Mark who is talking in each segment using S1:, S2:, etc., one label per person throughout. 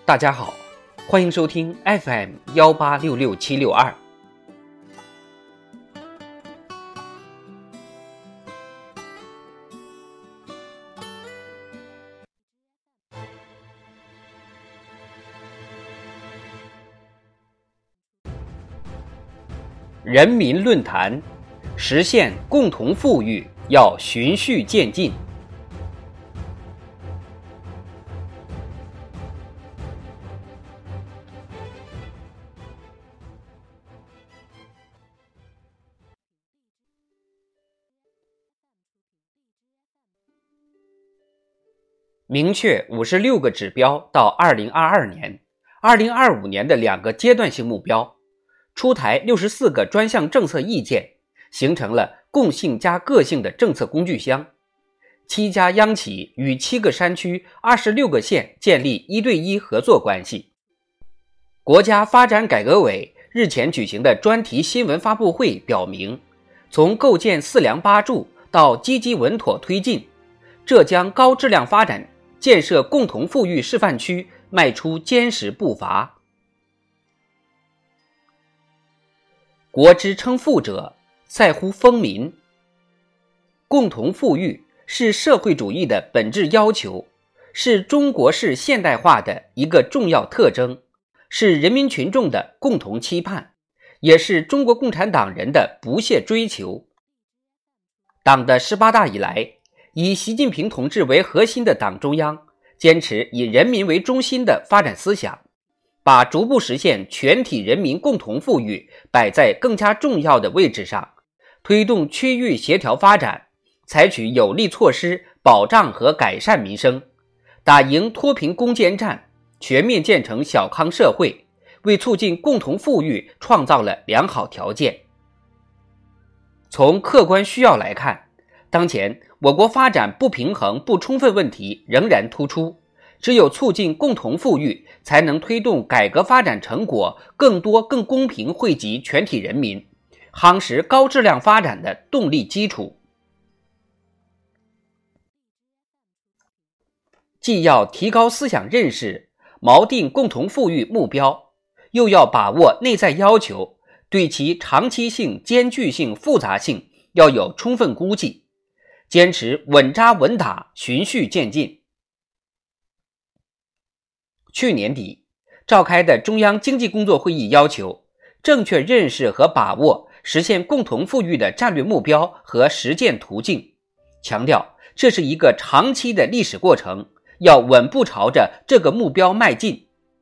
S1: 大家好，欢迎收听 FM1866762。人民论坛，实现共同富裕要循序渐进。明确56个指标到2022年、2025年的2个阶段性目标，出台64个专项政策意见，形成了共性加个性的政策工具箱。7家央企与7个山区、26个县建立1对1合作关系。国家发展改革委日前举行的专题新闻发布会表明，从构建4梁8柱到积极稳妥推进，浙江高质量发展建设共同富裕示范区迈出坚实步伐。国之称富者，在乎风民。共同富裕是社会主义的本质要求，是中国式现代化的一个重要特征，是人民群众的共同期盼，也是中国共产党人的不懈追求。党的18大以来，以习近平同志为核心的党中央坚持以人民为中心的发展思想，把逐步实现全体人民共同富裕摆在更加重要的位置上，推动区域协调发展，采取有力措施保障和改善民生，打赢脱贫攻坚战，全面建成小康社会，为促进共同富裕创造了良好条件。从客观需要来看，当前我国发展不平衡不充分问题仍然突出，只有促进共同富裕，才能推动改革发展成果更多更公平惠及全体人民，夯实高质量发展的动力基础。既要提高思想认识，锚定共同富裕目标，又要把握内在要求，对其长期性、艰巨性、复杂性要有充分估计，坚持稳扎稳打、循序渐进。去年底召开的中央经济工作会议要求，正确认识和把握实现共同富裕的战略目标和实践途径，强调这是一个长期的历史过程，要稳步朝着这个目标迈进。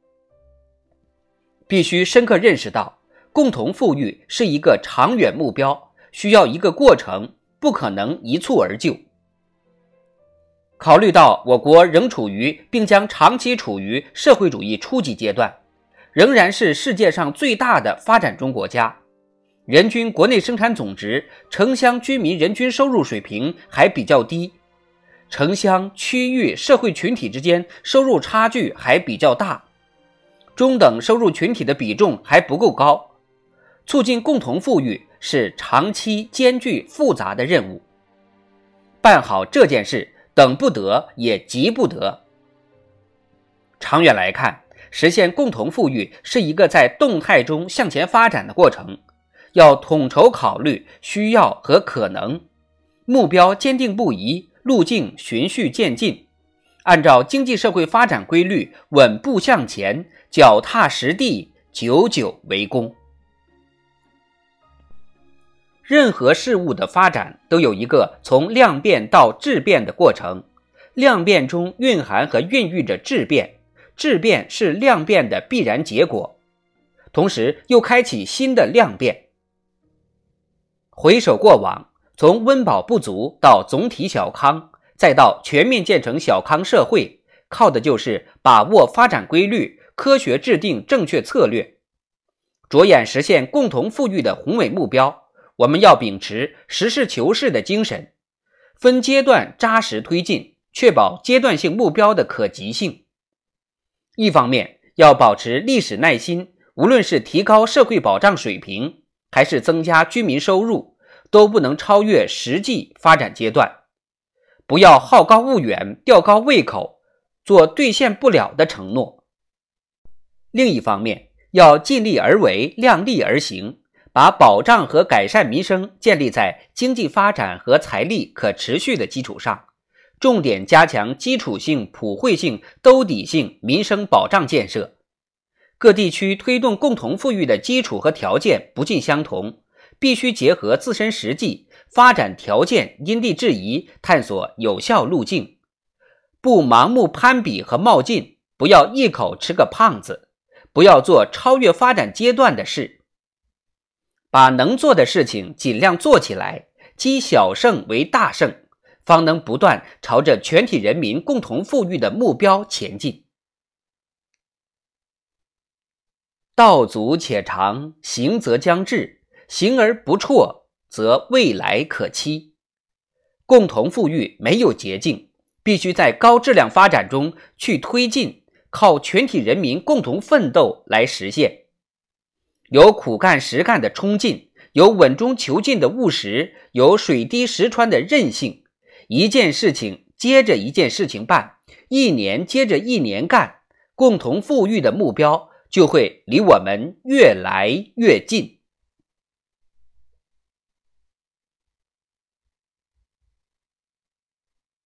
S1: 必须深刻认识到，共同富裕是一个长远目标，需要一个过程，不可能一蹴而就。考虑到我国仍处于并将长期处于社会主义初级阶段，仍然是世界上最大的发展中国家，人均国内生产总值、城乡居民人均收入水平还比较低，城乡、区域、社会群体之间收入差距还比较大，中等收入群体的比重还不够高，促进共同富裕是长期艰巨复杂的任务。办好这件事，等不得也急不得。长远来看，实现共同富裕是一个在动态中向前发展的过程，要统筹考虑需要和可能，目标坚定不移，路径循序渐进，按照经济社会发展规律稳步向前，脚踏实地，久久为功。任何事物的发展都有一个从量变到质变的过程，量变中蕴含和孕育着质变，质变是量变的必然结果，同时又开启新的量变。回首过往，从温饱不足到总体小康，再到全面建成小康社会，靠的就是把握发展规律，科学制定正确策略。着眼实现共同富裕的宏伟目标，我们要秉持实事求是的精神，分阶段扎实推进，确保阶段性目标的可及性。一方面要保持历史耐心，无论是提高社会保障水平，还是增加居民收入，都不能超越实际发展阶段。不要好高骛远，吊高胃口，做兑现不了的承诺。 另一方面，要尽力而为，量力而行，把保障和改善民生建立在经济发展和财力可持续的基础上，重点加强基础性、普惠性、兜底性民生保障建设。各地区推动共同富裕的基础和条件不尽相同，必须结合自身实际，发展条件因地制宜，探索有效路径。不盲目攀比和冒进，不要一口吃个胖子，不要做超越发展阶段的事。把能做的事情尽量做起来，积小胜为大胜，方能不断朝着全体人民共同富裕的目标前进。道阻且长，行则将至，行而不辍，则未来可期。共同富裕没有捷径，必须在高质量发展中去推进，靠全体人民共同奋斗来实现。有苦干实干的冲劲，有稳中求进的务实，有水滴石穿的韧性，一件事情接着一件事情办，一年接着一年干，共同富裕的目标就会离我们越来越近。